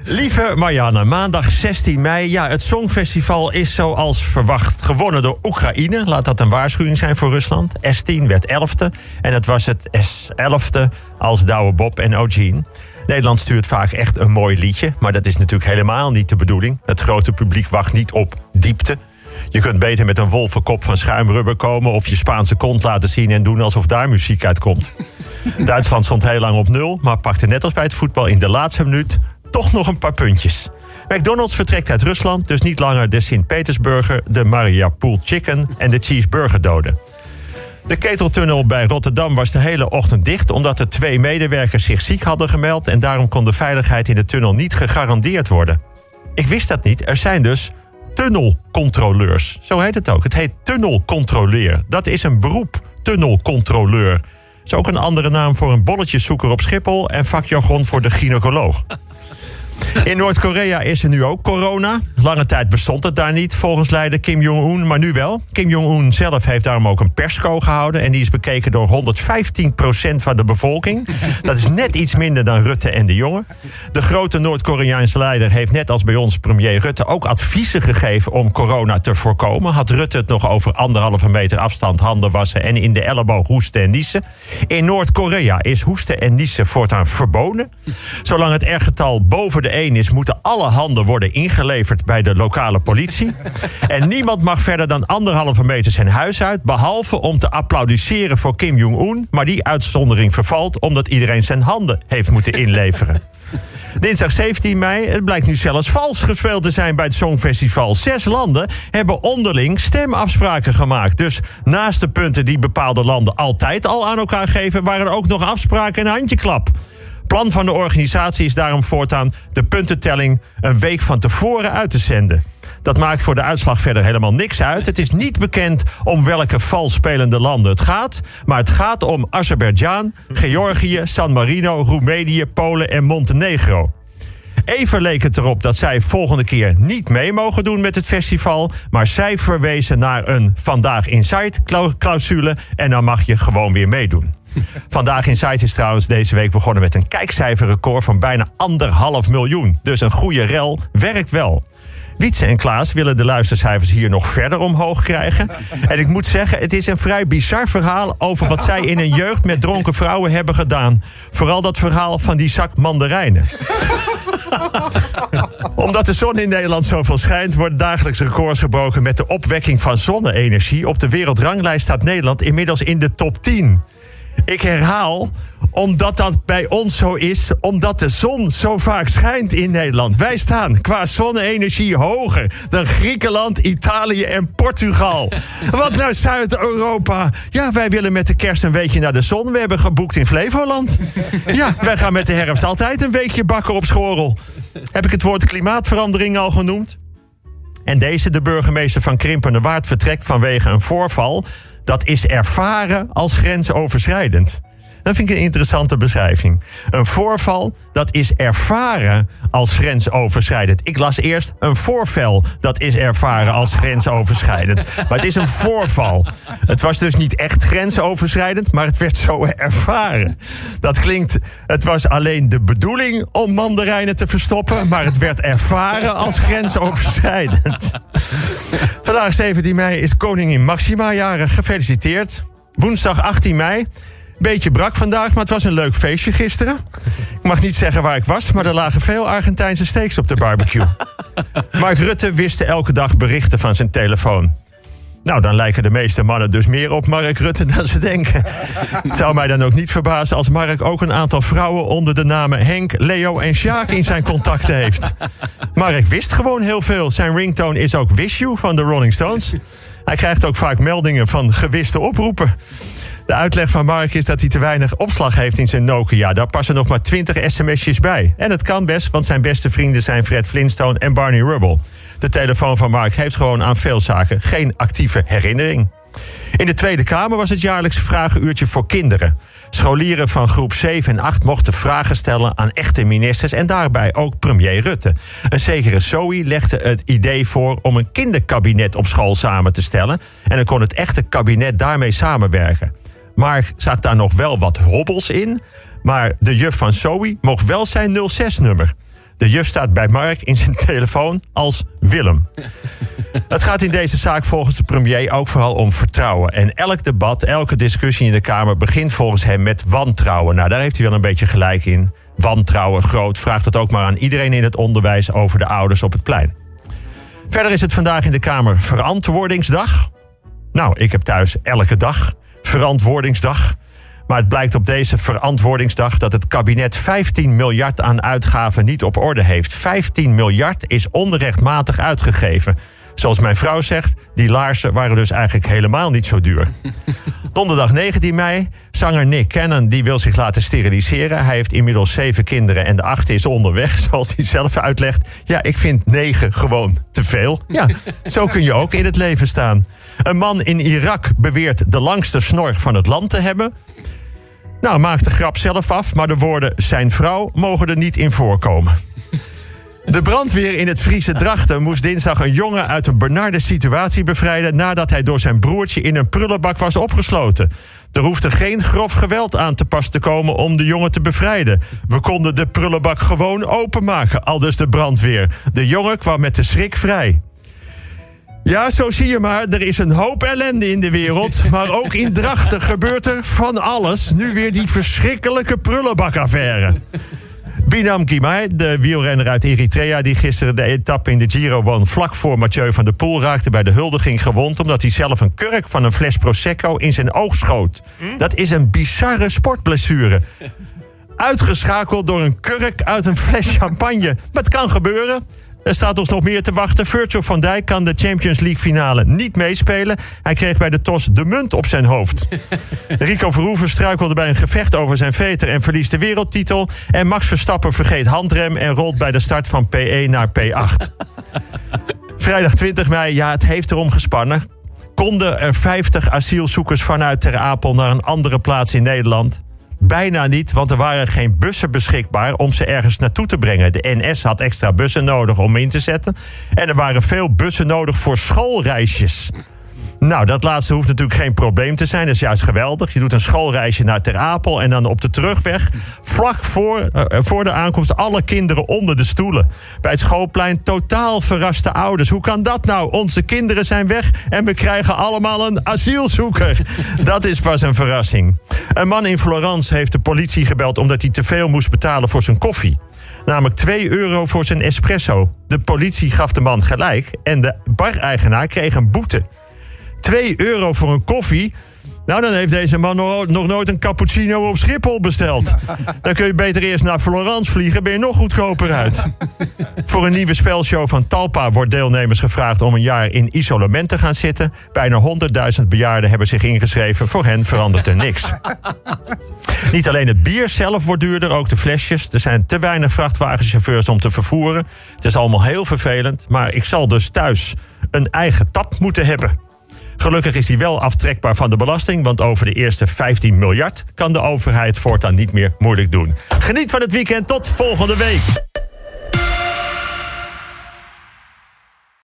Lieve Marianne, maandag 16 mei. Ja, het Songfestival is zoals verwacht gewonnen door Oekraïne. Laat dat een waarschuwing zijn voor Rusland. S10 werd 11e en het was het S11e als Douwe Bob en Eugene. Nederland stuurt vaak echt een mooi liedje, maar dat is natuurlijk helemaal niet de bedoeling. Het grote publiek wacht niet op diepte. Je kunt beter met een wolvenkop van schuimrubber komen of je Spaanse kont laten zien en doen alsof daar muziek uitkomt. Duitsland stond heel lang op 0, maar pakte net als bij het voetbal in de laatste minuut toch nog een paar puntjes. McDonald's vertrekt uit Rusland, dus niet langer de Sint-Petersburger, de Mariupol Chicken en de Cheeseburger doden. De keteltunnel bij Rotterdam was de hele ochtend dicht omdat er 2 medewerkers zich ziek hadden gemeld en daarom kon de veiligheid in de tunnel niet gegarandeerd worden. Ik wist dat niet, er zijn dus tunnelcontroleurs. Zo heet het ook. Het heet tunnelcontroleur. Dat is een beroep, tunnelcontroleur. Dat is ook een andere naam voor een bolletjeszoeker op Schiphol en vakjargon voor de gynaecoloog. In Noord-Korea is er nu ook corona. Lange tijd bestond het daar niet, volgens leider Kim Jong-un, maar nu wel. Kim Jong-un zelf heeft daarom ook een persco gehouden en die is bekeken door 115% van de bevolking. Dat is net iets minder dan Rutte en de Jonge. De grote Noord-Koreaanse leider heeft net als bij ons premier Rutte ook adviezen gegeven om corona te voorkomen. Had Rutte het nog over 1,5 meter afstand, handen wassen en in de elleboog hoesten en niezen. In Noord-Korea is hoesten en niezen voortaan verboden. Zolang het R-getal boven de 1 is, moeten alle handen worden ingeleverd bij de lokale politie. En niemand mag verder dan 1,5 meter zijn huis uit, behalve om te applaudisseren voor Kim Jong-un. Maar die uitzondering vervalt omdat iedereen zijn handen heeft moeten inleveren. Dinsdag 17 mei, het blijkt nu zelfs vals gespeeld te zijn bij het Songfestival. 6 landen hebben onderling stemafspraken gemaakt. Dus naast de punten die bepaalde landen altijd al aan elkaar geven, waren er ook nog afspraken en handjeklap. Plan van de organisatie is daarom voortaan de puntentelling een week van tevoren uit te zenden. Dat maakt voor de uitslag verder helemaal niks uit. Het is niet bekend om welke vals spelende landen het gaat. Maar het gaat om Azerbeidzjan, Georgië, San Marino, Roemenië, Polen en Montenegro. Even leek het erop dat zij volgende keer niet mee mogen doen met het festival. Maar zij verwezen naar een Vandaag Inside-clausule en dan mag je gewoon weer meedoen. Vandaag Inside is trouwens deze week begonnen met een kijkcijferrecord van bijna 1,5 miljoen. Dus een goede rel werkt wel. Wietse en Klaas willen de luistercijfers hier nog verder omhoog krijgen. En ik moet zeggen, het is een vrij bizar verhaal over wat zij in hun jeugd met dronken vrouwen hebben gedaan. Vooral dat verhaal van die zak mandarijnen. Omdat de zon in Nederland zoveel schijnt, worden dagelijks records gebroken met de opwekking van zonne-energie. Op de wereldranglijst staat Nederland inmiddels in de top 10. Ik herhaal, omdat dat bij ons zo is, omdat de zon zo vaak schijnt in Nederland. Wij staan qua zonne-energie hoger dan Griekenland, Italië en Portugal. Wat nou Zuid-Europa? Ja, wij willen met de kerst een weekje naar de zon. We hebben geboekt in Flevoland. Ja, wij gaan met de herfst altijd een weekje bakken op Schorrel. Heb ik het woord klimaatverandering al genoemd? En deze, de burgemeester van Krimpenerwaard, vertrekt vanwege een voorval. Dat is ervaren als grensoverschrijdend. Dat vind ik een interessante beschrijving. Een voorval, dat is ervaren als grensoverschrijdend. Ik las eerst een voorval, dat is ervaren als grensoverschrijdend. Maar het is een voorval. Het was dus niet echt grensoverschrijdend, maar het werd zo ervaren. Dat klinkt, het was alleen de bedoeling om mandarijnen te verstoppen, maar het werd ervaren als grensoverschrijdend. Vandaag 17 mei is koningin Maxima jarig. Gefeliciteerd. Woensdag 18 mei. Beetje brak vandaag, maar het was een leuk feestje gisteren. Ik mag niet zeggen waar ik was, maar er lagen veel Argentijnse steaks op de barbecue. Mark Rutte wist elke dag berichten van zijn telefoon. Nou, dan lijken de meeste mannen dus meer op Mark Rutte dan ze denken. Het zou mij dan ook niet verbazen als Mark ook een aantal vrouwen onder de namen Henk, Leo en Sjaak in zijn contacten heeft. Mark wist gewoon heel veel. Zijn ringtone is ook Wish You van de Rolling Stones. Hij krijgt ook vaak meldingen van gewiste oproepen. De uitleg van Mark is dat hij te weinig opslag heeft in zijn Nokia. Daar passen nog maar 20 sms'jes bij. En het kan best, want zijn beste vrienden zijn Fred Flintstone en Barney Rubble. De telefoon van Mark heeft gewoon aan veel zaken geen actieve herinnering. In de Tweede Kamer was het jaarlijkse vragenuurtje voor kinderen. Scholieren van groep 7 en 8 mochten vragen stellen aan echte ministers en daarbij ook premier Rutte. Een zekere Zoe legde het idee voor om een kinderkabinet op school samen te stellen. En dan kon het echte kabinet daarmee samenwerken. Maar zag daar nog wel wat hobbels in. Maar de juf van Zoe mocht wel zijn 06-nummer. De juf staat bij Mark in zijn telefoon als Willem. Het gaat in deze zaak volgens de premier ook vooral om vertrouwen. En elk debat, elke discussie in de Kamer begint volgens hem met wantrouwen. Nou, daar heeft hij wel een beetje gelijk in. Wantrouwen groot. Vraagt het ook maar aan iedereen in het onderwijs over de ouders op het plein. Verder is het vandaag in de Kamer Verantwoordingsdag. Nou, ik heb thuis elke dag Verantwoordingsdag. Maar het blijkt op deze Verantwoordingsdag dat het kabinet 15 miljard aan uitgaven niet op orde heeft. 15 miljard is onrechtmatig uitgegeven. Zoals mijn vrouw zegt, die laarzen waren dus eigenlijk helemaal niet zo duur. Donderdag 19 mei, zanger Nick Cannon die wil zich laten steriliseren. Hij heeft inmiddels 7 kinderen en de 8e is onderweg, zoals hij zelf uitlegt. Ja, ik vind 9 gewoon te veel. Ja, zo kun je ook in het leven staan. Een man in Irak beweert de langste snor van het land te hebben. Nou, maakt de grap zelf af, maar de woorden zijn vrouw mogen er niet in voorkomen. De brandweer in het Friese Drachten moest dinsdag een jongen uit een benarde situatie bevrijden nadat hij door zijn broertje in een prullenbak was opgesloten. Er hoefde geen grof geweld aan te pas te komen om de jongen te bevrijden. We konden de prullenbak gewoon openmaken, aldus de brandweer. De jongen kwam met de schrik vrij. Ja, zo zie je maar, er is een hoop ellende in de wereld. Maar ook in Drachten gebeurt er van alles. Nu weer die verschrikkelijke prullenbakaffaire. Binam Girmay, de wielrenner uit Eritrea die gisteren de etappe in de Giro won, vlak voor Mathieu van der Poel, raakte bij de huldiging gewond omdat hij zelf een kurk van een fles Prosecco in zijn oog schoot. Dat is een bizarre sportblessure. Uitgeschakeld door een kurk uit een fles champagne. Maar het kan gebeuren. Er staat ons nog meer te wachten. Virgil van Dijk kan de Champions League finale niet meespelen. Hij kreeg bij de TOS de munt op zijn hoofd. Rico Verhoeven struikelde bij een gevecht over zijn veter en verliest de wereldtitel. En Max Verstappen vergeet handrem en rolt bij de start van P1 naar P8. Vrijdag 20 mei, ja, het heeft erom gespannen. Konden er 50 asielzoekers vanuit Ter Apel naar een andere plaats in Nederland? Bijna niet, want er waren geen bussen beschikbaar om ze ergens naartoe te brengen. De NS had extra bussen nodig om in te zetten. En er waren veel bussen nodig voor schoolreisjes. Nou, dat laatste hoeft natuurlijk geen probleem te zijn. Dat is juist geweldig. Je doet een schoolreisje naar Ter Apel en dan op de terugweg, vlak voor de aankomst, alle kinderen onder de stoelen. Bij het schoolplein totaal verraste ouders. Hoe kan dat nou? Onze kinderen zijn weg en we krijgen allemaal een asielzoeker. Dat is pas een verrassing. Een man in Florence heeft de politie gebeld omdat hij te veel moest betalen voor zijn koffie. Namelijk €2 voor zijn espresso. De politie gaf de man gelijk en de bar-eigenaar kreeg een boete. €2 voor een koffie. Nou, dan heeft deze man nog nooit een cappuccino op Schiphol besteld. Dan kun je beter eerst naar Florence vliegen, ben je nog goedkoper uit. Voor een nieuwe spelshow van Talpa wordt deelnemers gevraagd om een jaar in isolement te gaan zitten. Bijna 100.000 bejaarden hebben zich ingeschreven. Voor hen verandert er niks. Niet alleen het bier zelf wordt duurder, ook de flesjes. Er zijn te weinig vrachtwagenchauffeurs om te vervoeren. Het is allemaal heel vervelend, maar ik zal dus thuis een eigen tap moeten hebben. Gelukkig is die wel aftrekbaar van de belasting, want over de eerste 15 miljard kan de overheid voortaan niet meer moeilijk doen. Geniet van het weekend, tot volgende week.